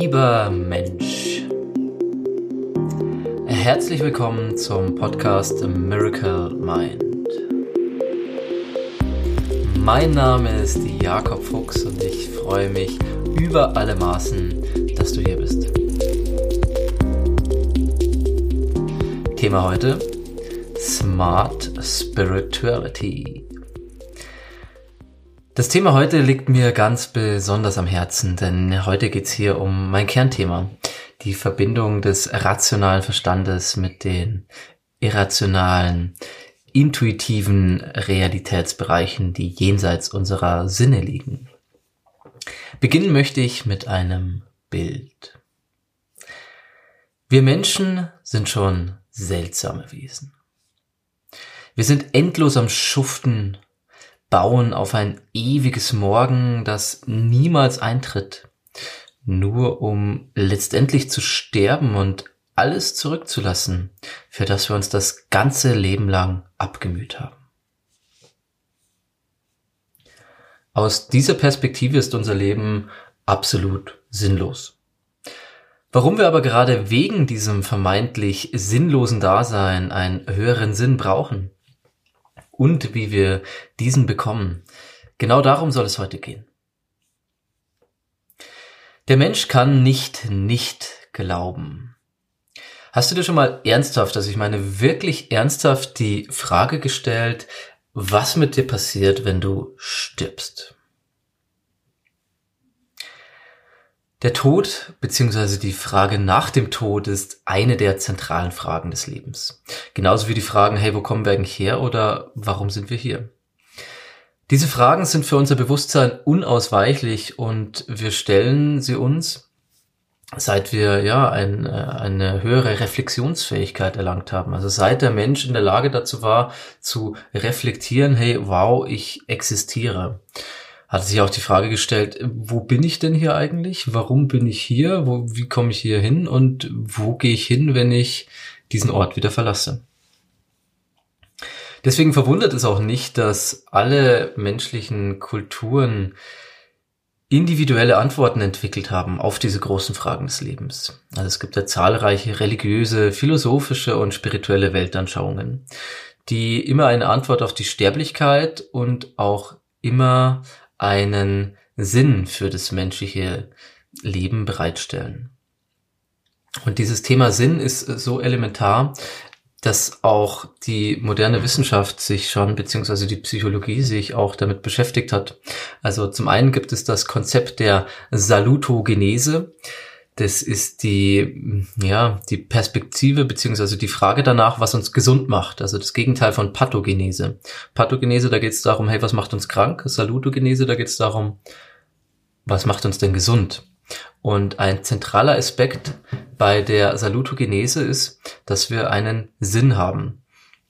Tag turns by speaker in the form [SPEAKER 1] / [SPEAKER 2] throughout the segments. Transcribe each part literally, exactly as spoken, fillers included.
[SPEAKER 1] Lieber Mensch, herzlich willkommen zum Podcast Miracle Mind. Mein Name ist Jakob Fuchs und ich freue mich über alle Maßen, dass du hier bist. Thema heute: Smart Spirituality. Das Thema heute liegt mir ganz besonders am Herzen, denn heute geht es hier um mein Kernthema, die Verbindung des rationalen Verstandes mit den irrationalen, intuitiven Realitätsbereichen, die jenseits unserer Sinne liegen. Beginnen möchte ich mit einem Bild. Wir Menschen sind schon seltsame Wesen. Wir sind endlos am Schuften, bauen auf ein ewiges Morgen, das niemals eintritt, nur um letztendlich zu sterben und alles zurückzulassen, für das wir uns das ganze Leben lang abgemüht haben. Aus dieser Perspektive ist unser Leben absolut sinnlos. Warum wir aber gerade wegen diesem vermeintlich sinnlosen Dasein einen höheren Sinn brauchen und wie wir diesen bekommen, genau darum soll es heute gehen. Der Mensch kann nicht nicht glauben. Hast du dir schon mal ernsthaft, also ich meine wirklich ernsthaft, die Frage gestellt, was mit dir passiert, wenn du stirbst? Der Tod bzw. die Frage nach dem Tod ist eine der zentralen Fragen des Lebens. Genauso wie die Fragen, hey, wo kommen wir eigentlich her oder warum sind wir hier? Diese Fragen sind für unser Bewusstsein unausweichlich und wir stellen sie uns, seit wir ja ein, eine höhere Reflexionsfähigkeit erlangt haben. Also seit der Mensch in der Lage dazu war, zu reflektieren, hey, wow, ich existiere. Hat sich auch die Frage gestellt, wo bin ich denn hier eigentlich? Warum bin ich hier? Wo, wie komme ich hier hin? Und wo gehe ich hin, wenn ich diesen Ort wieder verlasse? Deswegen verwundert es auch nicht, dass alle menschlichen Kulturen individuelle Antworten entwickelt haben auf diese großen Fragen des Lebens. Also es gibt ja zahlreiche religiöse, philosophische und spirituelle Weltanschauungen, die immer eine Antwort auf die Sterblichkeit und auch immer einen Sinn für das menschliche Leben bereitstellen. Und dieses Thema Sinn ist so elementar, dass auch die moderne Wissenschaft sich schon, beziehungsweise die Psychologie sich auch damit beschäftigt hat. Also zum einen gibt es das Konzept der Salutogenese. Das ist die, ja, die Perspektive beziehungsweise die Frage danach, was uns gesund macht. Also das Gegenteil von Pathogenese. Pathogenese, da geht es darum, hey, was macht uns krank? Salutogenese, da geht es darum, was macht uns denn gesund? Und ein zentraler Aspekt bei der Salutogenese ist, dass wir einen Sinn haben.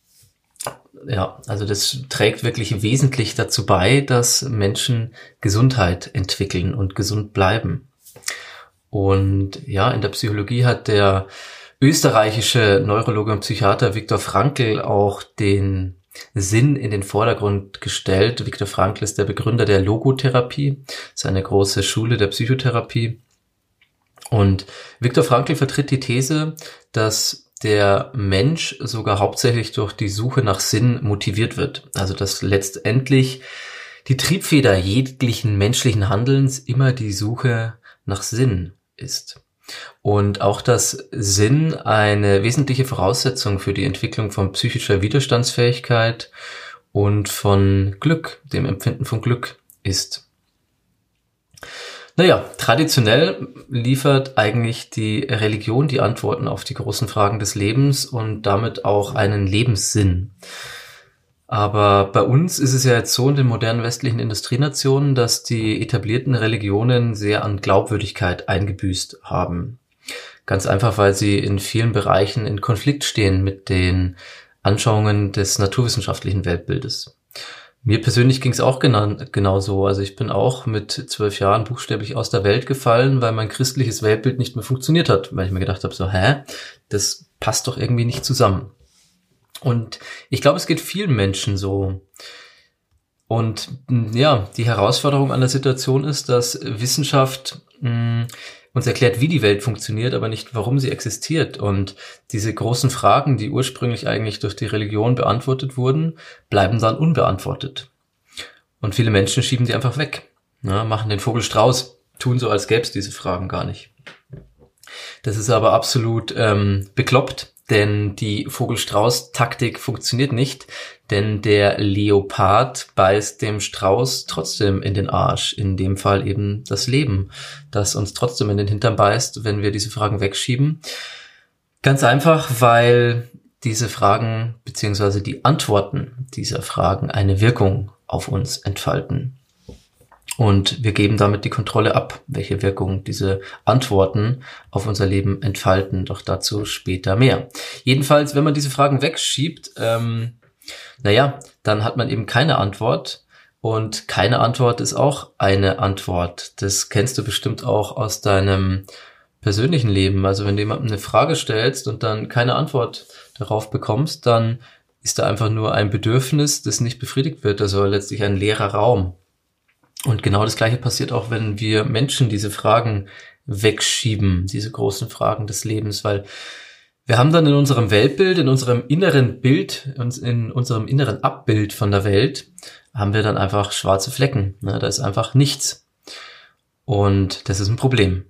[SPEAKER 1] Ja, also das trägt wirklich wesentlich dazu bei, dass Menschen Gesundheit entwickeln und gesund bleiben. Und ja, in der Psychologie hat der österreichische Neurologe und Psychiater Viktor Frankl auch den Sinn in den Vordergrund gestellt. Viktor Frankl ist der Begründer der Logotherapie, das ist eine große Schule der Psychotherapie. Und Viktor Frankl vertritt die These, dass der Mensch sogar hauptsächlich durch die Suche nach Sinn motiviert wird. Also dass letztendlich die Triebfeder jeglichen menschlichen Handelns immer die Suche nach Sinn ist. Und auch dass Sinn eine wesentliche Voraussetzung für die Entwicklung von psychischer Widerstandsfähigkeit und von Glück, dem Empfinden von Glück ist. Naja, traditionell liefert eigentlich die Religion die Antworten auf die großen Fragen des Lebens und damit auch einen Lebenssinn. Aber bei uns ist es ja jetzt so in den modernen westlichen Industrienationen, dass die etablierten Religionen sehr an Glaubwürdigkeit eingebüßt haben. Ganz einfach, weil sie in vielen Bereichen in Konflikt stehen mit den Anschauungen des naturwissenschaftlichen Weltbildes. Mir persönlich ging es auch genau, genau so. Also ich bin auch mit zwölf Jahren buchstäblich aus der Welt gefallen, weil mein christliches Weltbild nicht mehr funktioniert hat. Weil ich mir gedacht habe, so, hä, das passt doch irgendwie nicht zusammen. Und ich glaube, es geht vielen Menschen so. Und ja, die Herausforderung an der Situation ist, dass Wissenschaft mh, uns erklärt, wie die Welt funktioniert, aber nicht, warum sie existiert. Und diese großen Fragen, die ursprünglich eigentlich durch die Religion beantwortet wurden, bleiben dann unbeantwortet. Und viele Menschen schieben die einfach weg, ja, machen den Vogel Strauß, tun so, als gäbe es diese Fragen gar nicht. Das ist aber absolut ähm, bekloppt, denn die Vogel-Strauß-Taktik funktioniert nicht, denn der Leopard beißt dem Strauß trotzdem in den Arsch, in dem Fall eben das Leben, das uns trotzdem in den Hintern beißt, wenn wir diese Fragen wegschieben. Ganz einfach, weil diese Fragen bzw. die Antworten dieser Fragen eine Wirkung auf uns entfalten. Und wir geben damit die Kontrolle ab, welche Wirkung diese Antworten auf unser Leben entfalten. Doch dazu später mehr. Jedenfalls, wenn man diese Fragen wegschiebt, ähm, naja, dann hat man eben keine Antwort. Und keine Antwort ist auch eine Antwort. Das kennst du bestimmt auch aus deinem persönlichen Leben. Also wenn du jemandem eine Frage stellst und dann keine Antwort darauf bekommst, dann ist da einfach nur ein Bedürfnis, das nicht befriedigt wird. Also letztlich ein leerer Raum. Und genau das Gleiche passiert auch, wenn wir Menschen diese Fragen wegschieben, diese großen Fragen des Lebens, weil wir haben dann in unserem Weltbild, in unserem inneren Bild, in unserem inneren Abbild von der Welt, haben wir dann einfach schwarze Flecken. Da ist einfach nichts. Und das ist ein Problem.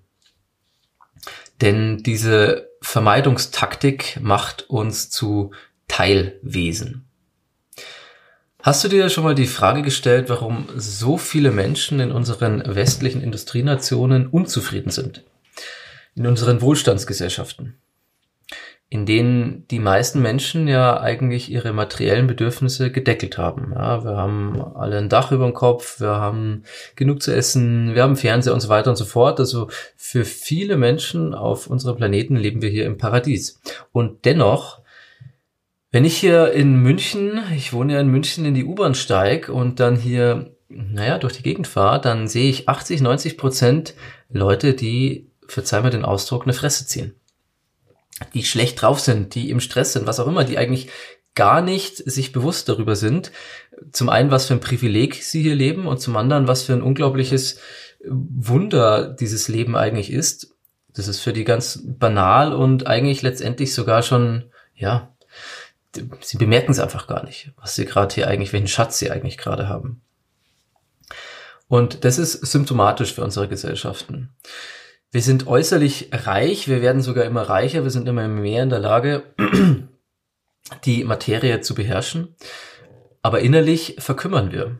[SPEAKER 1] Denn diese Vermeidungstaktik macht uns zu Teilwesen. Hast du dir schon mal die Frage gestellt, warum so viele Menschen in unseren westlichen Industrienationen unzufrieden sind? In unseren Wohlstandsgesellschaften, in denen die meisten Menschen ja eigentlich ihre materiellen Bedürfnisse gedeckelt haben. Ja, wir haben alle ein Dach über dem Kopf, wir haben genug zu essen, wir haben Fernseher und so weiter und so fort. Also für viele Menschen auf unserem Planeten leben wir hier im Paradies. Und dennoch, wenn ich hier in München, ich wohne ja in München, in die U-Bahn steige und dann hier, naja, durch die Gegend fahre, dann sehe ich achtzig, neunzig Prozent Leute, die, verzeih mir den Ausdruck, eine Fresse ziehen. Die schlecht drauf sind, die im Stress sind, was auch immer, die eigentlich gar nicht sich bewusst darüber sind. Zum einen, was für ein Privileg sie hier leben und zum anderen, was für ein unglaubliches Wunder dieses Leben eigentlich ist. Das ist für die ganz banal und eigentlich letztendlich sogar schon, ja, sie bemerken es einfach gar nicht, was sie gerade hier eigentlich, welchen Schatz sie eigentlich gerade haben. Und das ist symptomatisch für unsere Gesellschaften. Wir sind äußerlich reich, wir werden sogar immer reicher, wir sind immer mehr in der Lage, die Materie zu beherrschen, aber innerlich verkümmern wir.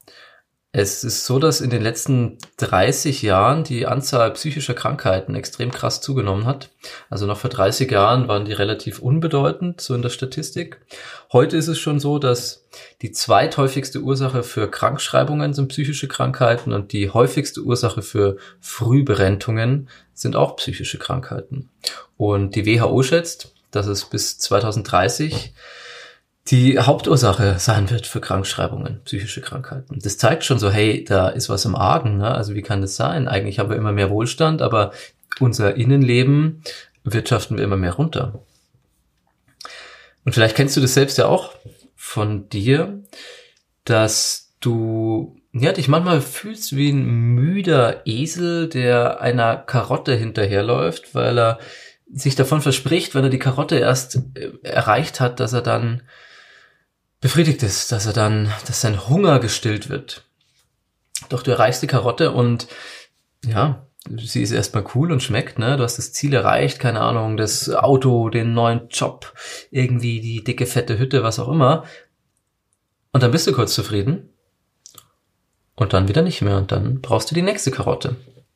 [SPEAKER 1] Es ist so, dass in den letzten dreißig Jahren die Anzahl psychischer Krankheiten extrem krass zugenommen hat. Also noch vor dreißig Jahren waren die relativ unbedeutend, so in der Statistik. Heute ist es schon so, dass die zweithäufigste Ursache für Krankschreibungen sind psychische Krankheiten und die häufigste Ursache für Frühberentungen sind auch psychische Krankheiten. Und die W H O schätzt, dass es bis zwanzig dreißig die Hauptursache sein wird für Krankschreibungen, psychische Krankheiten. Das zeigt schon so, hey, da ist was im Argen, ne? Also wie kann das sein? Eigentlich haben wir immer mehr Wohlstand, aber unser Innenleben wirtschaften wir immer mehr runter. Und vielleicht kennst du das selbst ja auch von dir, dass du ja dich manchmal fühlst wie ein müder Esel, der einer Karotte hinterherläuft, weil er sich davon verspricht, wenn er die Karotte erst erreicht hat, dass er dann befriedigt ist, dass er dann, dass sein Hunger gestillt wird. Doch du erreichst die Karotte und ja, sie ist erstmal cool und schmeckt, ne? Du hast das Ziel erreicht, keine Ahnung, das Auto, den neuen Job, irgendwie die dicke, fette Hütte, was auch immer. Und dann bist du kurz zufrieden und dann wieder nicht mehr und dann brauchst du die nächste Karotte.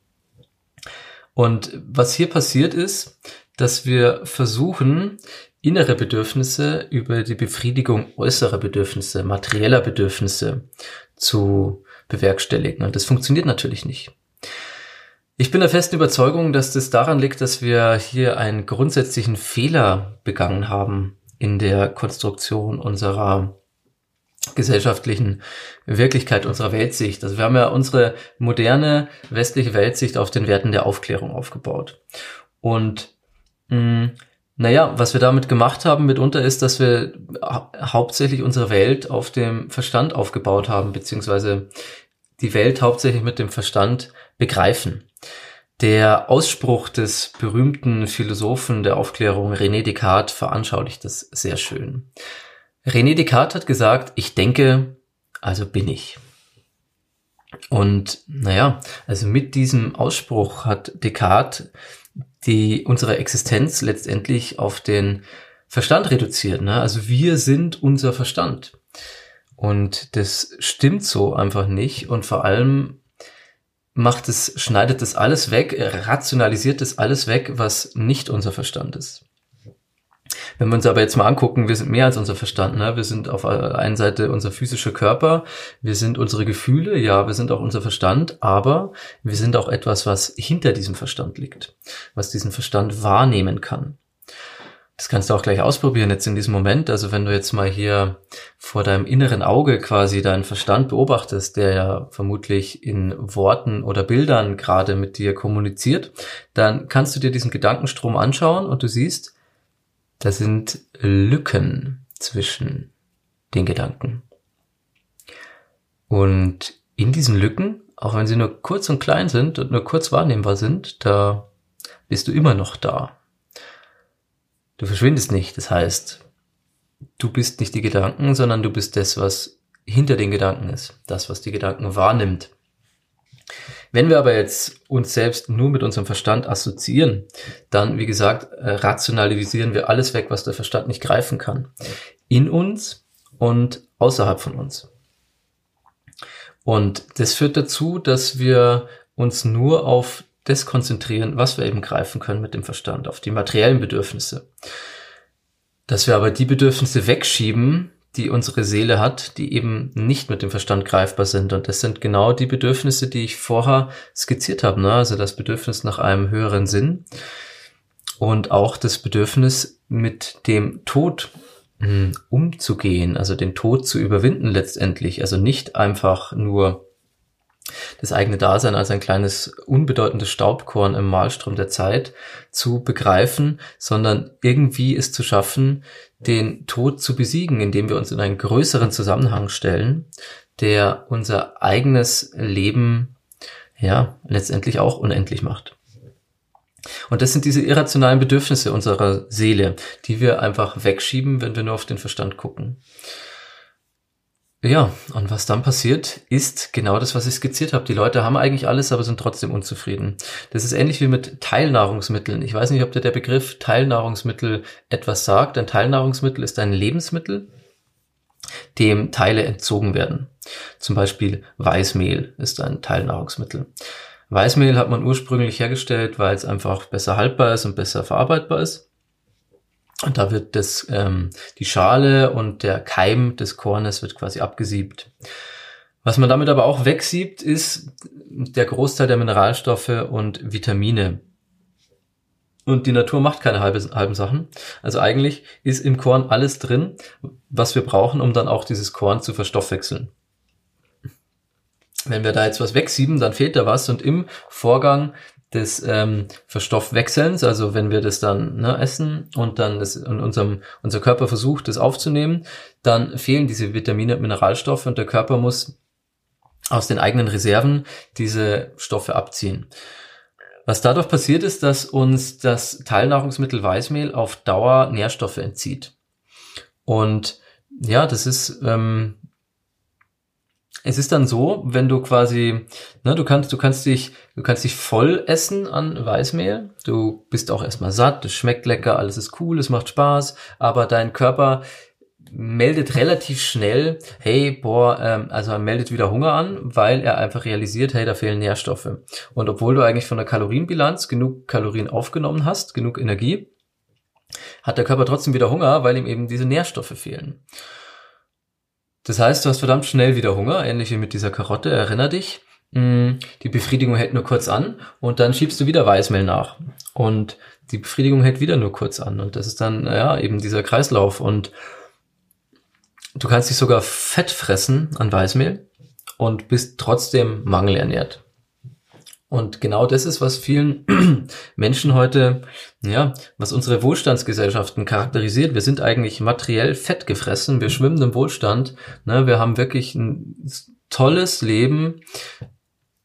[SPEAKER 1] Und was hier passiert ist, dass wir versuchen, innere Bedürfnisse über die Befriedigung äußerer Bedürfnisse, materieller Bedürfnisse zu bewerkstelligen. Und das funktioniert natürlich nicht. Ich bin der festen Überzeugung, dass das daran liegt, dass wir hier einen grundsätzlichen Fehler begangen haben in der Konstruktion unserer gesellschaftlichen Wirklichkeit, unserer Weltsicht. Also wir haben ja unsere moderne westliche Weltsicht auf den Werten der Aufklärung aufgebaut. Und mh, naja, was wir damit gemacht haben mitunter ist, dass wir hau- hauptsächlich unsere Welt auf dem Verstand aufgebaut haben, beziehungsweise die Welt hauptsächlich mit dem Verstand begreifen. Der Ausspruch des berühmten Philosophen der Aufklärung René Descartes veranschaulicht das sehr schön. René Descartes hat gesagt, ich denke, also bin ich. Und naja, also mit diesem Ausspruch hat Descartes die unsere Existenz letztendlich auf den Verstand reduziert. Ne? Also wir sind unser Verstand. Und das stimmt so einfach nicht. Und vor allem macht es, schneidet das alles weg, rationalisiert das alles weg, was nicht unser Verstand ist. Wenn wir uns aber jetzt mal angucken, wir sind mehr als unser Verstand. Ne? Wir sind auf der einen Seite unser physischer Körper, wir sind unsere Gefühle, ja, wir sind auch unser Verstand, aber wir sind auch etwas, was hinter diesem Verstand liegt, was diesen Verstand wahrnehmen kann. Das kannst du auch gleich ausprobieren jetzt in diesem Moment. Also wenn du jetzt mal hier vor deinem inneren Auge quasi deinen Verstand beobachtest, der ja vermutlich in Worten oder Bildern gerade mit dir kommuniziert, dann kannst du dir diesen Gedankenstrom anschauen und du siehst, da sind Lücken zwischen den Gedanken. Und in diesen Lücken, auch wenn sie nur kurz und klein sind und nur kurz wahrnehmbar sind, da bist du immer noch da. Du verschwindest nicht, das heißt, du bist nicht die Gedanken, sondern du bist das, was hinter den Gedanken ist, das, was die Gedanken wahrnimmt. Wenn wir aber jetzt uns selbst nur mit unserem Verstand assoziieren, dann, wie gesagt, rationalisieren wir alles weg, was der Verstand nicht greifen kann. In uns und außerhalb von uns. Und das führt dazu, dass wir uns nur auf das konzentrieren, was wir eben greifen können mit dem Verstand, auf die materiellen Bedürfnisse. Dass wir aber die Bedürfnisse wegschieben, die unsere Seele hat, die eben nicht mit dem Verstand greifbar sind. Und das sind genau die Bedürfnisse, die ich vorher skizziert habe. Ne? Also das Bedürfnis nach einem höheren Sinn und auch das Bedürfnis, mit dem Tod mh, umzugehen, also den Tod zu überwinden letztendlich. Also nicht einfach nur das eigene Dasein als ein kleines, unbedeutendes Staubkorn im Maelstrom der Zeit zu begreifen, sondern irgendwie es zu schaffen, den Tod zu besiegen, indem wir uns in einen größeren Zusammenhang stellen, der unser eigenes Leben, ja, letztendlich auch unendlich macht. Und das sind diese irrationalen Bedürfnisse unserer Seele, die wir einfach wegschieben, wenn wir nur auf den Verstand gucken. Ja, und was dann passiert, ist genau das, was ich skizziert habe. Die Leute haben eigentlich alles, aber sind trotzdem unzufrieden. Das ist ähnlich wie mit Teilnahrungsmitteln. Ich weiß nicht, ob dir der Begriff Teilnahrungsmittel etwas sagt. Ein Teilnahrungsmittel ist ein Lebensmittel, dem Teile entzogen werden. Zum Beispiel Weißmehl ist ein Teilnahrungsmittel. Weißmehl hat man ursprünglich hergestellt, weil es einfach besser haltbar ist und besser verarbeitbar ist. Und da wird das, ähm, die Schale und der Keim des Kornes wird quasi abgesiebt. Was man damit aber auch wegsiebt, ist der Großteil der Mineralstoffe und Vitamine. Und die Natur macht keine halbe, halben Sachen. Also eigentlich ist im Korn alles drin, was wir brauchen, um dann auch dieses Korn zu verstoffwechseln. Wenn wir da jetzt was wegsieben, dann fehlt da was. Und im Vorgang des ähm, Verstoffwechselns, also wenn wir das dann ne, essen und dann das in unserem unser Körper versucht, das aufzunehmen, dann fehlen diese Vitamine und Mineralstoffe und der Körper muss aus den eigenen Reserven diese Stoffe abziehen. Was dadurch passiert ist, dass uns das Teilnahrungsmittel Weißmehl auf Dauer Nährstoffe entzieht. Und ja, das ist ähm, es ist dann so, wenn du quasi, ne, du kannst, du kannst dich, du kannst dich voll essen an Weißmehl. Du bist auch erstmal satt, es schmeckt lecker, alles ist cool, es macht Spaß, aber dein Körper meldet relativ schnell, hey, boah, ähm, also er meldet wieder Hunger an, weil er einfach realisiert, hey, da fehlen Nährstoffe. Und obwohl du eigentlich von der Kalorienbilanz genug Kalorien aufgenommen hast, genug Energie, hat der Körper trotzdem wieder Hunger, weil ihm eben diese Nährstoffe fehlen. Das heißt, du hast verdammt schnell wieder Hunger, ähnlich wie mit dieser Karotte, erinner dich. Die Befriedigung hält nur kurz an und dann schiebst du wieder Weißmehl nach. Und die Befriedigung hält wieder nur kurz an. Und das ist dann, ja, eben dieser Kreislauf. Und du kannst dich sogar fett fressen an Weißmehl und bist trotzdem mangelernährt. Und genau das ist, was vielen Menschen heute, ja, was unsere Wohlstandsgesellschaften charakterisiert. Wir sind eigentlich materiell fett gefressen, wir schwimmen im Wohlstand, ne, wir haben wirklich ein tolles Leben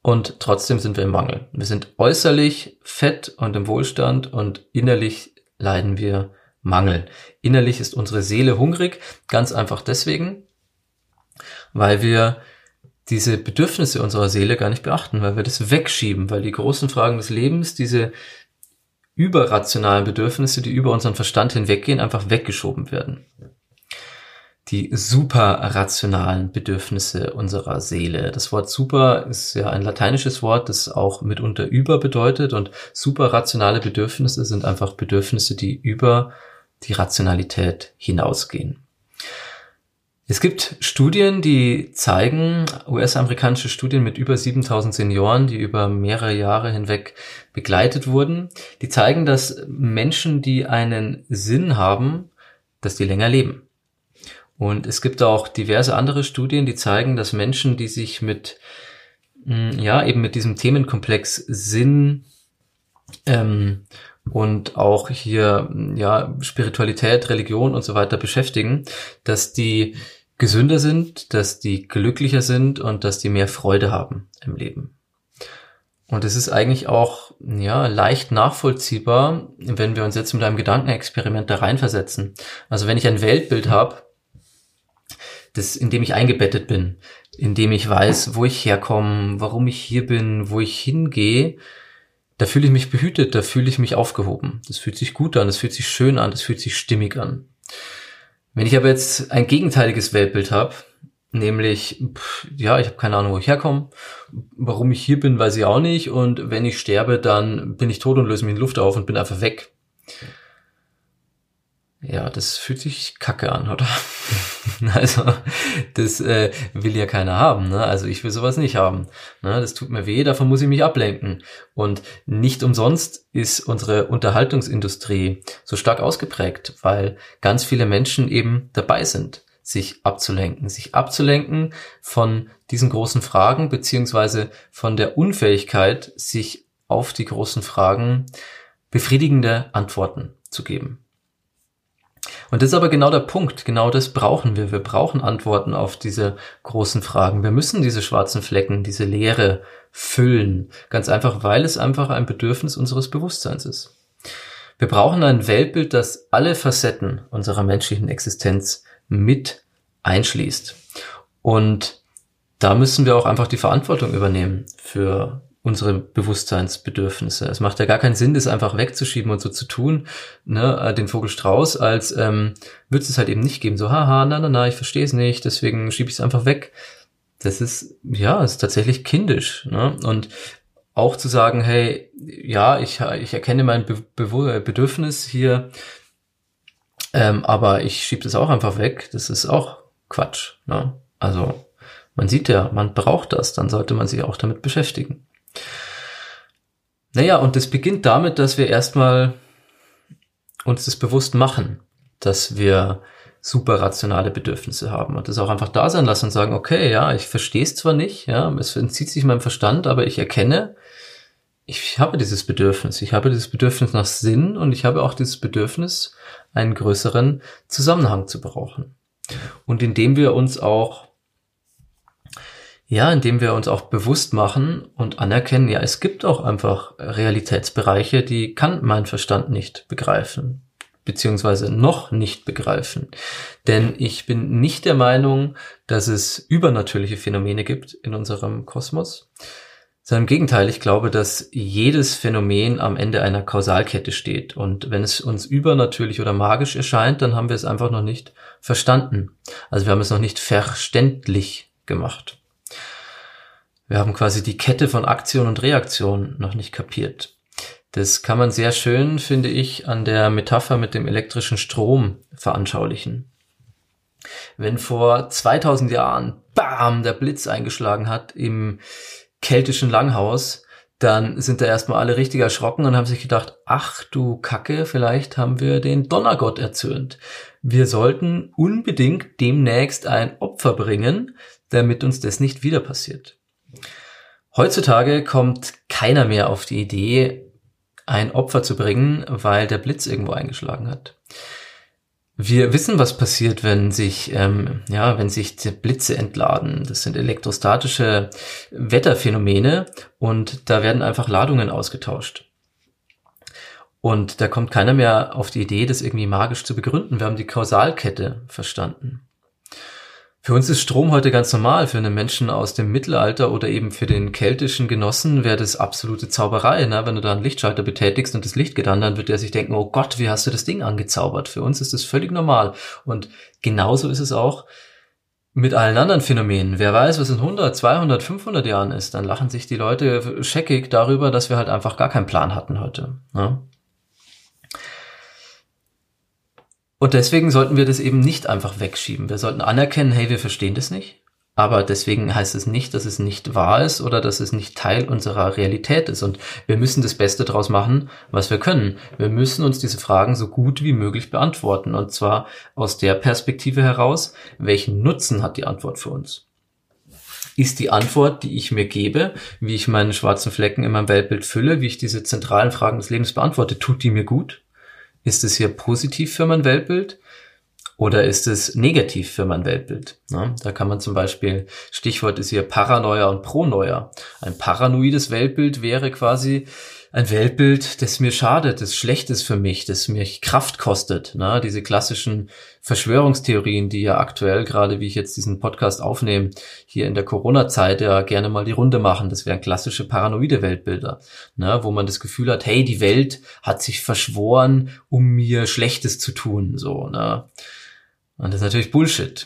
[SPEAKER 1] und trotzdem sind wir im Mangel. Wir sind äußerlich fett und im Wohlstand und innerlich leiden wir Mangel. Innerlich ist unsere Seele hungrig, ganz einfach deswegen, weil wir diese Bedürfnisse unserer Seele gar nicht beachten, weil wir das wegschieben, weil die großen Fragen des Lebens, diese überrationalen Bedürfnisse, die über unseren Verstand hinweggehen, einfach weggeschoben werden. Die superrationalen Bedürfnisse unserer Seele. Das Wort super ist ja ein lateinisches Wort, das auch mitunter über bedeutet, und superrationale Bedürfnisse sind einfach Bedürfnisse, die über die Rationalität hinausgehen. Es gibt Studien, die zeigen, U S-amerikanische Studien mit über siebentausend Senioren, die über mehrere Jahre hinweg begleitet wurden, die zeigen, dass Menschen, die einen Sinn haben, dass die länger leben. Und es gibt auch diverse andere Studien, die zeigen, dass Menschen, die sich mit, ja, eben mit diesem Themenkomplex Sinn ähm, und auch hier, ja, Spiritualität, Religion und so weiter beschäftigen, dass die gesünder sind, dass die glücklicher sind und dass die mehr Freude haben im Leben. Und es ist eigentlich auch, ja, leicht nachvollziehbar, wenn wir uns jetzt mit einem Gedankenexperiment da reinversetzen. Also wenn ich ein Weltbild habe, das, in dem ich eingebettet bin, in dem ich weiß, wo ich herkomme, warum ich hier bin, wo ich hingehe, da fühle ich mich behütet, da fühle ich mich aufgehoben. Das fühlt sich gut an, das fühlt sich schön an, das fühlt sich stimmig an. Wenn ich aber jetzt ein gegenteiliges Weltbild habe, nämlich, pff, ja, ich habe keine Ahnung, wo ich herkomme, warum ich hier bin, weiß ich auch nicht, und wenn ich sterbe, dann bin ich tot und löse mich in die Luft auf und bin einfach weg. Ja, das fühlt sich kacke an, oder? Also, das äh, will ja keiner haben, ne? Also ich will sowas nicht haben, ne? Das tut mir weh, davon muss ich mich ablenken. Und nicht umsonst ist unsere Unterhaltungsindustrie so stark ausgeprägt, weil ganz viele Menschen eben dabei sind, sich abzulenken, sich abzulenken von diesen großen Fragen, beziehungsweise von der Unfähigkeit, sich auf die großen Fragen befriedigende Antworten zu geben. Und das ist aber genau der Punkt, genau das brauchen wir. Wir brauchen Antworten auf diese großen Fragen. Wir müssen diese schwarzen Flecken, diese Leere füllen. Ganz einfach, weil es einfach ein Bedürfnis unseres Bewusstseins ist. Wir brauchen ein Weltbild, das alle Facetten unserer menschlichen Existenz mit einschließt. Und da müssen wir auch einfach die Verantwortung übernehmen für unsere Bewusstseinsbedürfnisse. Es macht ja gar keinen Sinn, das einfach wegzuschieben und so zu tun, ne, den Vogel Strauß, als ähm, wird es halt eben nicht geben. So, haha, na, na, na, ich verstehe es nicht, deswegen schiebe ich es einfach weg. Das ist, ja, ist tatsächlich kindisch, ne? Und auch zu sagen, hey, ja, ich, ich erkenne mein Be- Be- Bedürfnis hier, ähm, aber ich schiebe das auch einfach weg, das ist auch Quatsch, ne? Also, man sieht ja, man braucht das, dann sollte man sich auch damit beschäftigen. Naja, und das beginnt damit, dass wir erstmal uns das bewusst machen, dass wir superrationale Bedürfnisse haben und das auch einfach da sein lassen und sagen, okay, ja, ich verstehe es zwar nicht, ja, es entzieht sich meinem Verstand, aber ich erkenne, ich habe dieses Bedürfnis, ich habe dieses Bedürfnis nach Sinn und ich habe auch dieses Bedürfnis, einen größeren Zusammenhang zu brauchen. Und indem wir uns auch Ja, indem wir uns auch bewusst machen und anerkennen, ja, es gibt auch einfach Realitätsbereiche, die kann mein Verstand nicht begreifen, beziehungsweise noch nicht begreifen. Denn ich bin nicht der Meinung, dass es übernatürliche Phänomene gibt in unserem Kosmos, sondern im Gegenteil, ich glaube, dass jedes Phänomen am Ende einer Kausalkette steht. Und wenn es uns übernatürlich oder magisch erscheint, dann haben wir es einfach noch nicht verstanden. Also wir haben es noch nicht verständlich gemacht. Wir haben quasi die Kette von Aktion und Reaktion noch nicht kapiert. Das kann man sehr schön, finde ich, an der Metapher mit dem elektrischen Strom veranschaulichen. Wenn vor zweitausend Jahren, bam, der Blitz eingeschlagen hat im keltischen Langhaus, dann sind da erstmal alle richtig erschrocken und haben sich gedacht, ach du Kacke, vielleicht haben wir den Donnergott erzürnt. Wir sollten unbedingt demnächst ein Opfer bringen, damit uns das nicht wieder passiert. Heutzutage kommt keiner mehr auf die Idee, ein Opfer zu bringen, weil der Blitz irgendwo eingeschlagen hat. Wir wissen, was passiert, wenn sich, ähm, ja, wenn sich die Blitze entladen. Das sind elektrostatische Wetterphänomene und da werden einfach Ladungen ausgetauscht. Und da kommt keiner mehr auf die Idee, das irgendwie magisch zu begründen. Wir haben die Kausalkette verstanden. Für uns ist Strom heute ganz normal. Für einen Menschen aus dem Mittelalter oder eben für den keltischen Genossen wäre das absolute Zauberei. Ne? Wenn du da einen Lichtschalter betätigst und das Licht geht an, dann wird der sich denken, oh Gott, wie hast du das Ding angezaubert? Für uns ist das völlig normal. Und genauso ist es auch mit allen anderen Phänomenen. Wer weiß, was in hundert, zweihundert, fünfhundert Jahren ist, dann lachen sich die Leute scheckig darüber, dass wir halt einfach gar keinen Plan hatten heute. Ne? Und deswegen sollten wir das eben nicht einfach wegschieben. Wir sollten anerkennen, hey, wir verstehen das nicht. Aber deswegen heißt es nicht, dass es nicht wahr ist oder dass es nicht Teil unserer Realität ist. Und wir müssen das Beste draus machen, was wir können. Wir müssen uns diese Fragen so gut wie möglich beantworten. Und zwar aus der Perspektive heraus, welchen Nutzen hat die Antwort für uns? Ist die Antwort, die ich mir gebe, wie ich meine schwarzen Flecken in meinem Weltbild fülle, wie ich diese zentralen Fragen des Lebens beantworte, tut die mir gut? Ist es hier positiv für mein Weltbild oder ist es negativ für mein Weltbild? Ja, da kann man zum Beispiel, Stichwort ist hier Paranoia und Pronoia. Ein paranoides Weltbild wäre quasi ein Weltbild, das mir schadet, das schlecht ist für mich, das mir Kraft kostet. Ne? Diese klassischen Verschwörungstheorien, die ja aktuell, gerade wie ich jetzt diesen Podcast aufnehme, hier in der Corona-Zeit ja gerne mal die Runde machen. Das wären klassische paranoide Weltbilder, ne? Wo man das Gefühl hat, hey, die Welt hat sich verschworen, um mir Schlechtes zu tun. So, ne? Und das ist natürlich Bullshit.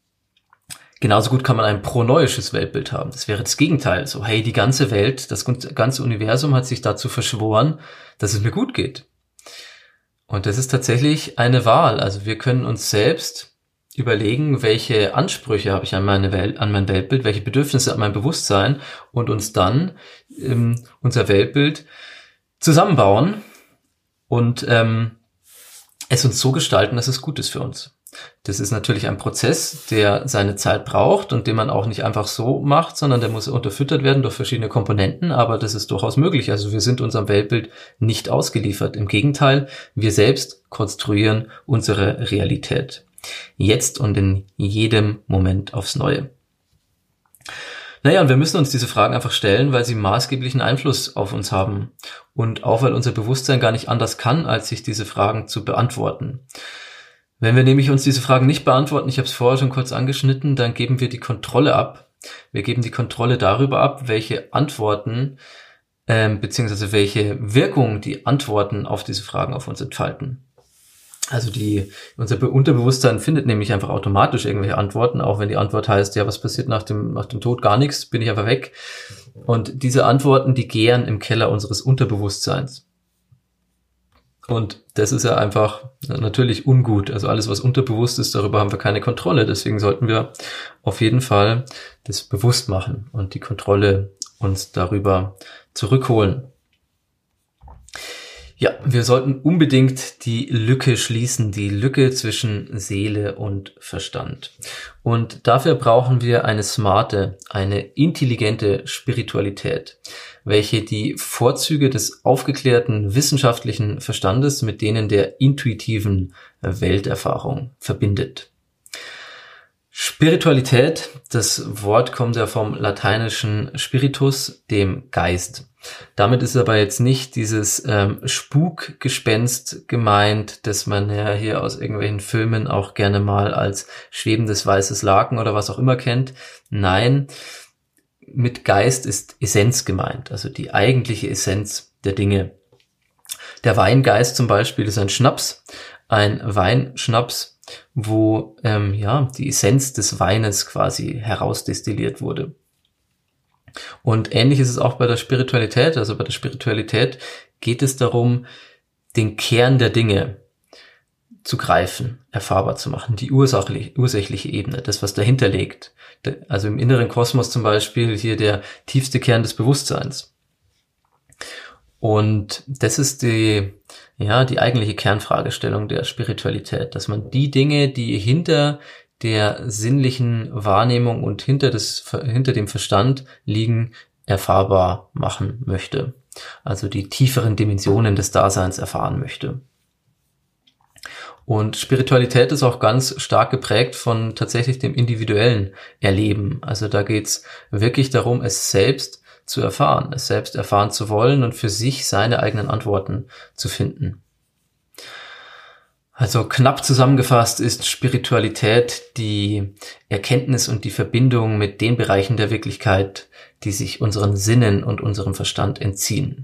[SPEAKER 1] Genauso gut kann man ein pronoisches Weltbild haben. Das wäre das Gegenteil. So, hey, die ganze Welt, das ganze Universum hat sich dazu verschworen, dass es mir gut geht. Und das ist tatsächlich eine Wahl. Also wir können uns selbst überlegen, welche Ansprüche habe ich an meine Welt, an mein Weltbild, welche Bedürfnisse, an mein Bewusstsein und uns dann ähm, unser Weltbild zusammenbauen und ähm, es uns so gestalten, dass es gut ist für uns. Das ist natürlich ein Prozess, der seine Zeit braucht und den man auch nicht einfach so macht, sondern der muss unterfüttert werden durch verschiedene Komponenten, aber das ist durchaus möglich. Also wir sind unserem Weltbild nicht ausgeliefert. Im Gegenteil, wir selbst konstruieren unsere Realität. Jetzt und in jedem Moment aufs Neue. Naja, und wir müssen uns diese Fragen einfach stellen, weil sie maßgeblichen Einfluss auf uns haben und auch weil unser Bewusstsein gar nicht anders kann, als sich diese Fragen zu beantworten. Wenn wir nämlich uns diese Fragen nicht beantworten, ich habe es vorher schon kurz angeschnitten, dann geben wir die Kontrolle ab. Wir geben die Kontrolle darüber ab, welche Antworten ähm, beziehungsweise welche Wirkung die Antworten auf diese Fragen auf uns entfalten. Also die unser Be- Unterbewusstsein findet nämlich einfach automatisch irgendwelche Antworten, auch wenn die Antwort heißt, ja, was passiert nach dem nach dem Tod? Gar nichts, bin ich einfach weg. Und diese Antworten, die gären im Keller unseres Unterbewusstseins. Und das ist ja einfach natürlich ungut. Also alles, was unterbewusst ist, darüber haben wir keine Kontrolle. Deswegen sollten wir auf jeden Fall das bewusst machen und die Kontrolle uns darüber zurückholen. Ja, wir sollten unbedingt die Lücke schließen, die Lücke zwischen Seele und Verstand. Und dafür brauchen wir eine smarte, eine intelligente Spiritualität, welche die Vorzüge des aufgeklärten wissenschaftlichen Verstandes mit denen der intuitiven Welterfahrung verbindet. Spiritualität, das Wort kommt ja vom lateinischen Spiritus, dem Geist. Damit ist aber jetzt nicht dieses ähm, Spukgespenst gemeint, das man ja hier aus irgendwelchen Filmen auch gerne mal als schwebendes weißes Laken oder was auch immer kennt. Nein, mit Geist ist Essenz gemeint, also die eigentliche Essenz der Dinge. Der Weingeist zum Beispiel ist ein Schnaps, ein Weinschnaps, wo ähm, ja die Essenz des Weines quasi herausdestilliert wurde. Und ähnlich ist es auch bei der Spiritualität. Also bei der Spiritualität geht es darum, den Kern der Dinge zu greifen, erfahrbar zu machen, die ursachlich, ursächliche Ebene, das, was dahinter liegt. Also im inneren Kosmos zum Beispiel hier der tiefste Kern des Bewusstseins. Und das ist die, ja, die eigentliche Kernfragestellung der Spiritualität, dass man die Dinge, die hinter der sinnlichen Wahrnehmung und hinter des, hinter dem Verstand liegen, erfahrbar machen möchte. Also die tieferen Dimensionen des Daseins erfahren möchte. Und Spiritualität ist auch ganz stark geprägt von tatsächlich dem individuellen Erleben. Also da geht's wirklich darum, es selbst zu erfahren, es selbst erfahren zu wollen und für sich seine eigenen Antworten zu finden. Also knapp zusammengefasst ist Spiritualität die Erkenntnis und die Verbindung mit den Bereichen der Wirklichkeit, die sich unseren Sinnen und unserem Verstand entziehen.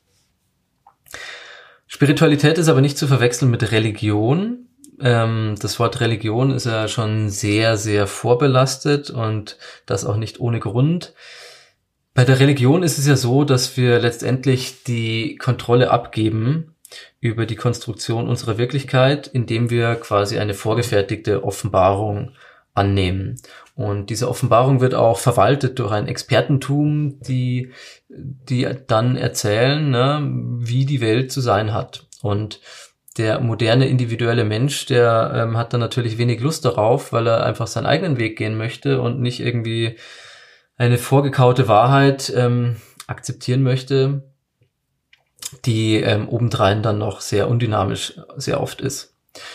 [SPEAKER 1] Spiritualität ist aber nicht zu verwechseln mit Religion. Das Wort Religion ist ja schon sehr, sehr vorbelastet und das auch nicht ohne Grund. Bei der Religion ist es ja so, dass wir letztendlich die Kontrolle abgeben über die Konstruktion unserer Wirklichkeit, indem wir quasi eine vorgefertigte Offenbarung annehmen. Und diese Offenbarung wird auch verwaltet durch ein Expertentum, die, die dann erzählen, ne, wie die Welt zu sein hat. Und der moderne individuelle Mensch, der ähm, hat dann natürlich wenig Lust darauf, weil er einfach seinen eigenen Weg gehen möchte und nicht irgendwie eine vorgekaute Wahrheit ähm, akzeptieren möchte, die ähm, obendrein dann noch sehr undynamisch sehr oft ist.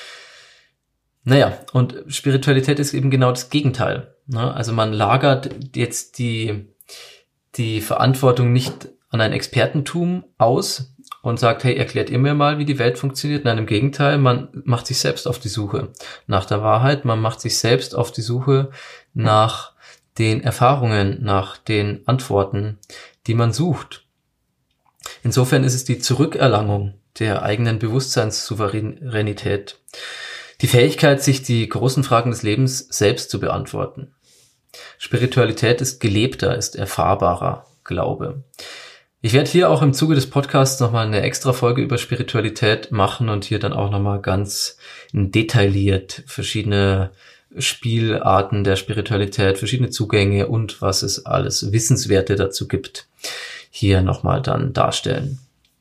[SPEAKER 1] Naja, und Spiritualität ist eben genau das Gegenteil. Ne? Also man lagert jetzt die, die Verantwortung nicht an ein Expertentum aus und sagt, hey, erklärt ihr mir mal, wie die Welt funktioniert. Nein, im Gegenteil, man macht sich selbst auf die Suche nach der Wahrheit, man macht sich selbst auf die Suche nach den Erfahrungen, nach den Antworten, die man sucht. Insofern ist es die Zurückerlangung der eigenen Bewusstseinssouveränität. Die Fähigkeit, sich die großen Fragen des Lebens selbst zu beantworten. Spiritualität ist gelebter, ist erfahrbarer Glaube. Ich werde hier auch im Zuge des Podcasts nochmal eine extra Folge über Spiritualität machen und hier dann auch nochmal ganz detailliert verschiedene Spielarten der Spiritualität, verschiedene Zugänge und was es alles Wissenswerte dazu gibt, hier nochmal dann darstellen.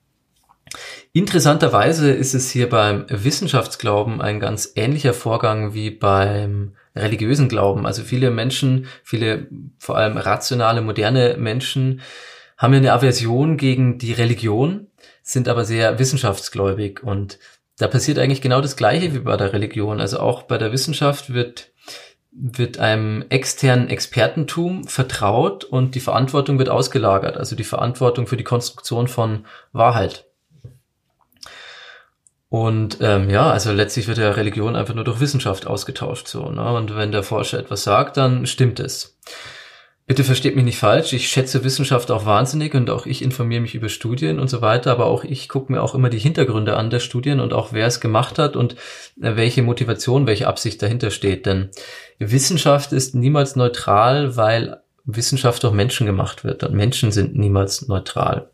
[SPEAKER 1] Interessanterweise ist es hier beim Wissenschaftsglauben ein ganz ähnlicher Vorgang wie beim religiösen Glauben. Also viele Menschen, viele vor allem rationale, moderne Menschen haben ja eine Aversion gegen die Religion, sind aber sehr wissenschaftsgläubig. Und da passiert eigentlich genau das Gleiche wie bei der Religion. Also auch bei der Wissenschaft wird wird einem externen Expertentum vertraut und die Verantwortung wird ausgelagert. Also die Verantwortung für die Konstruktion von Wahrheit. Und ähm, ja, also letztlich wird ja Religion einfach nur durch Wissenschaft ausgetauscht. So, ne? Und wenn der Forscher etwas sagt, dann stimmt es. Bitte versteht mich nicht falsch, ich schätze Wissenschaft auch wahnsinnig und auch ich informiere mich über Studien und so weiter, aber auch ich gucke mir auch immer die Hintergründe an der Studien und auch wer es gemacht hat und welche Motivation, welche Absicht dahinter steht. Denn Wissenschaft ist niemals neutral, weil Wissenschaft durch Menschen gemacht wird und Menschen sind niemals neutral.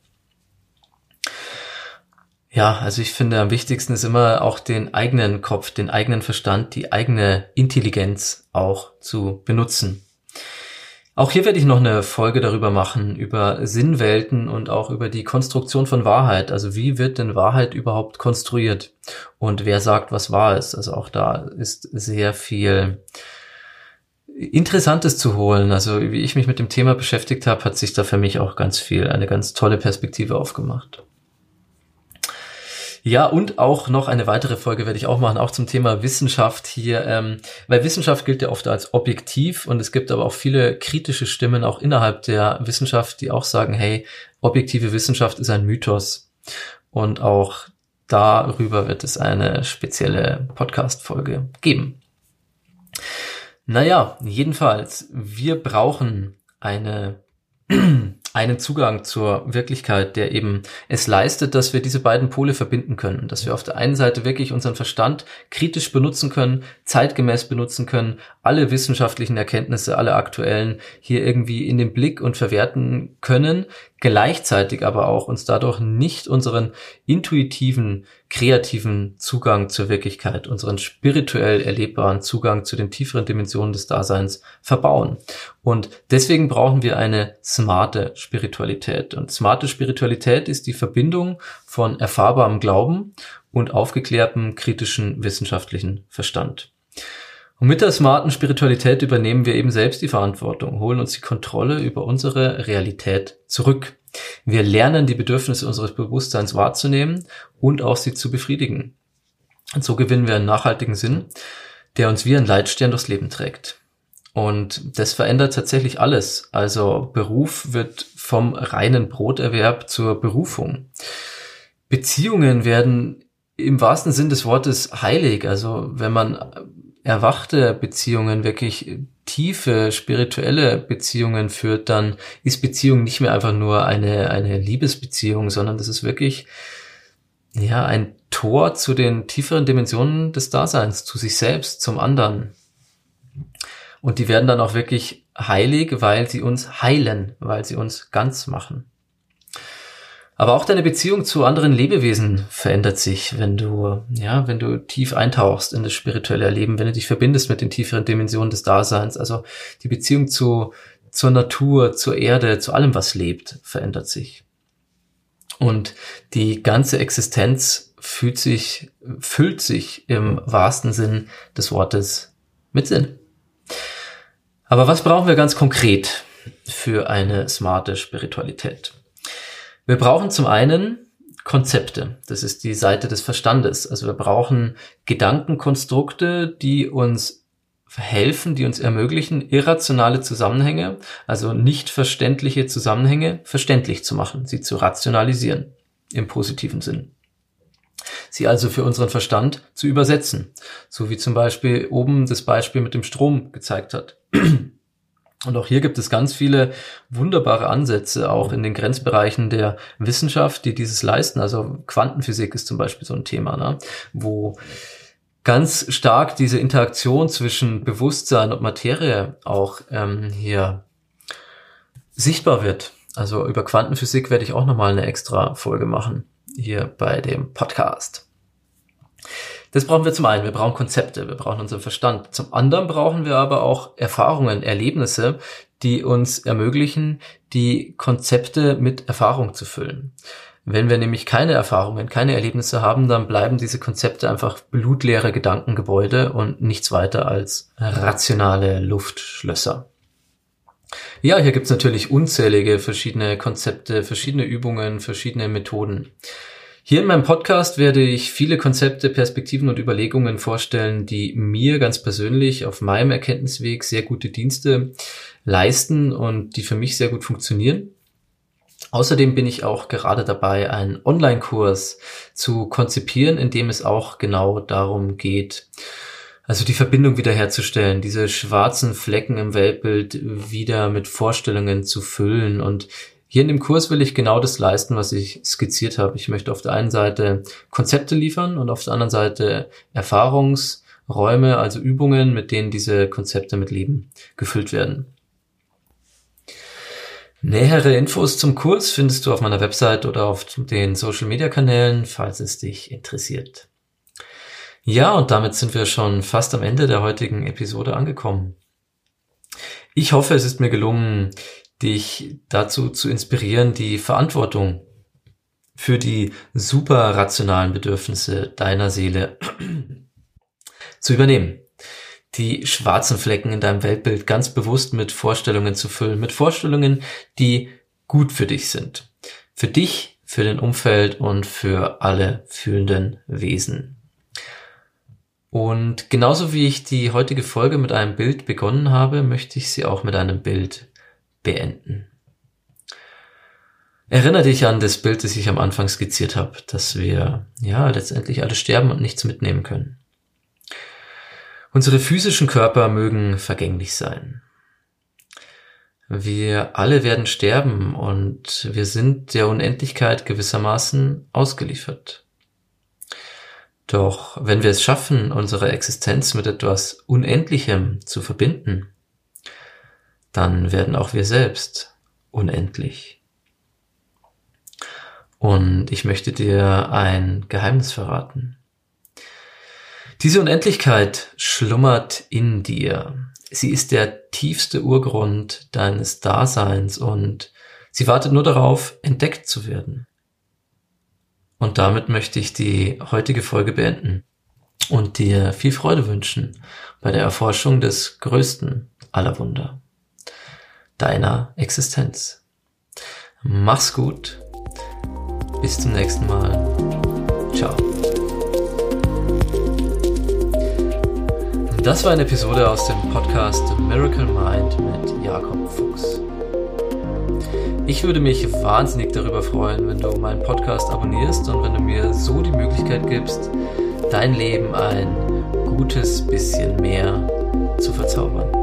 [SPEAKER 1] Ja, also ich finde, am wichtigsten ist immer auch den eigenen Kopf, den eigenen Verstand, die eigene Intelligenz auch zu benutzen. Auch hier werde ich noch eine Folge darüber machen, über Sinnwelten und auch über die Konstruktion von Wahrheit. Also wie wird denn Wahrheit überhaupt konstruiert? Und wer sagt, was wahr ist? Also auch da ist sehr viel Interessantes zu holen. Also wie ich mich mit dem Thema beschäftigt habe, hat sich da für mich auch ganz viel, eine ganz tolle Perspektive aufgemacht. Ja, und auch noch eine weitere Folge werde ich auch machen, auch zum Thema Wissenschaft hier, ähm, weil Wissenschaft gilt ja oft als objektiv und es gibt aber auch viele kritische Stimmen auch innerhalb der Wissenschaft, die auch sagen, hey, objektive Wissenschaft ist ein Mythos und auch darüber wird es eine spezielle Podcast-Folge geben. Naja, jedenfalls, wir brauchen eine einen Zugang zur Wirklichkeit, der eben es leistet, dass wir diese beiden Pole verbinden können, dass wir auf der einen Seite wirklich unseren Verstand kritisch benutzen können, zeitgemäß benutzen können, alle wissenschaftlichen Erkenntnisse, alle aktuellen hier irgendwie in den Blick und verwerten können, gleichzeitig aber auch uns dadurch nicht unseren intuitiven, kreativen Zugang zur Wirklichkeit, unseren spirituell erlebbaren Zugang zu den tieferen Dimensionen des Daseins verbauen. Und deswegen brauchen wir eine smarte Spiritualität. Und smarte Spiritualität ist die Verbindung von erfahrbarem Glauben und aufgeklärtem, kritischen, wissenschaftlichen Verstand. Und mit der smarten Spiritualität übernehmen wir eben selbst die Verantwortung, holen uns die Kontrolle über unsere Realität zurück. Wir lernen, die Bedürfnisse unseres Bewusstseins wahrzunehmen und auch sie zu befriedigen. Und so gewinnen wir einen nachhaltigen Sinn, der uns wie ein Leitstern durchs Leben trägt. Und das verändert tatsächlich alles. Also Beruf wird vom reinen Broterwerb zur Berufung. Beziehungen werden im wahrsten Sinn des Wortes heilig. Also wenn man erwachte Beziehungen, wirklich tiefe spirituelle Beziehungen führt, dann ist Beziehung nicht mehr einfach nur eine, eine Liebesbeziehung, sondern das ist wirklich, ja, ein Tor zu den tieferen Dimensionen des Daseins, zu sich selbst, zum anderen. Und die werden dann auch wirklich heilig, weil sie uns heilen, weil sie uns ganz machen. Aber auch deine Beziehung zu anderen Lebewesen verändert sich, wenn du, ja, wenn du tief eintauchst in das spirituelle Erleben, wenn du dich verbindest mit den tieferen Dimensionen des Daseins. Also die Beziehung zu, zur Natur, zur Erde, zu allem, was lebt, verändert sich. Und die ganze Existenz fühlt sich, füllt sich im wahrsten Sinn des Wortes mit Sinn. Aber was brauchen wir ganz konkret für eine smarte Spiritualität? Wir brauchen zum einen Konzepte. Das ist die Seite des Verstandes. Also wir brauchen Gedankenkonstrukte, die uns helfen, die uns ermöglichen, irrationale Zusammenhänge, also nicht verständliche Zusammenhänge, verständlich zu machen, sie zu rationalisieren, im positiven Sinn. Sie also für unseren Verstand zu übersetzen, so wie zum Beispiel oben das Beispiel mit dem Strom gezeigt hat. Und auch hier gibt es ganz viele wunderbare Ansätze, auch in den Grenzbereichen der Wissenschaft, die dieses leisten. Also Quantenphysik ist zum Beispiel so ein Thema, ne? Wo ganz stark diese Interaktion zwischen Bewusstsein und Materie auch ähm, hier sichtbar wird. Also über Quantenphysik werde ich auch nochmal eine extra Folge machen, hier bei dem Podcast. Das brauchen wir zum einen, wir brauchen Konzepte, wir brauchen unseren Verstand. Zum anderen brauchen wir aber auch Erfahrungen, Erlebnisse, die uns ermöglichen, die Konzepte mit Erfahrung zu füllen. Wenn wir nämlich keine Erfahrungen, keine Erlebnisse haben, dann bleiben diese Konzepte einfach blutleere Gedankengebäude und nichts weiter als rationale Luftschlösser. Ja, hier gibt's natürlich unzählige verschiedene Konzepte, verschiedene Übungen, verschiedene Methoden. Hier in meinem Podcast werde ich viele Konzepte, Perspektiven und Überlegungen vorstellen, die mir ganz persönlich auf meinem Erkenntnisweg sehr gute Dienste leisten und die für mich sehr gut funktionieren. Außerdem bin ich auch gerade dabei, einen Online-Kurs zu konzipieren, in dem es auch genau darum geht, also die Verbindung wiederherzustellen, diese schwarzen Flecken im Weltbild wieder mit Vorstellungen zu füllen. Und hier in dem Kurs will ich genau das leisten, was ich skizziert habe. Ich möchte auf der einen Seite Konzepte liefern und auf der anderen Seite Erfahrungsräume, also Übungen, mit denen diese Konzepte mit Leben gefüllt werden. Nähere Infos zum Kurs findest du auf meiner Website oder auf den Social-Media-Kanälen, falls es dich interessiert. Ja, und damit sind wir schon fast am Ende der heutigen Episode angekommen. Ich hoffe, es ist mir gelungen, dich dazu zu inspirieren, die Verantwortung für die superrationalen Bedürfnisse deiner Seele zu übernehmen. Die schwarzen Flecken in deinem Weltbild ganz bewusst mit Vorstellungen zu füllen, mit Vorstellungen, die gut für dich sind. Für dich, für dein Umfeld und für alle fühlenden Wesen. Und genauso wie ich die heutige Folge mit einem Bild begonnen habe, möchte ich sie auch mit einem Bild beenden. Erinnere dich an das Bild, das ich am Anfang skizziert habe, dass wir ja letztendlich alle sterben und nichts mitnehmen können. Unsere physischen Körper mögen vergänglich sein. Wir alle werden sterben und wir sind der Unendlichkeit gewissermaßen ausgeliefert. Doch wenn wir es schaffen, unsere Existenz mit etwas Unendlichem zu verbinden, dann werden auch wir selbst unendlich. Und ich möchte dir ein Geheimnis verraten. Diese Unendlichkeit schlummert in dir. Sie ist der tiefste Urgrund deines Daseins und sie wartet nur darauf, entdeckt zu werden. Und damit möchte ich die heutige Folge beenden und dir viel Freude wünschen bei der Erforschung des größten aller Wunder, deiner Existenz. Mach's gut. Bis zum nächsten Mal. Ciao. Das war eine Episode aus dem Podcast Miracle Mind mit Jakob Fuchs. Ich würde mich wahnsinnig darüber freuen, wenn du meinen Podcast abonnierst und wenn du mir so die Möglichkeit gibst, dein Leben ein gutes bisschen mehr zu verzaubern.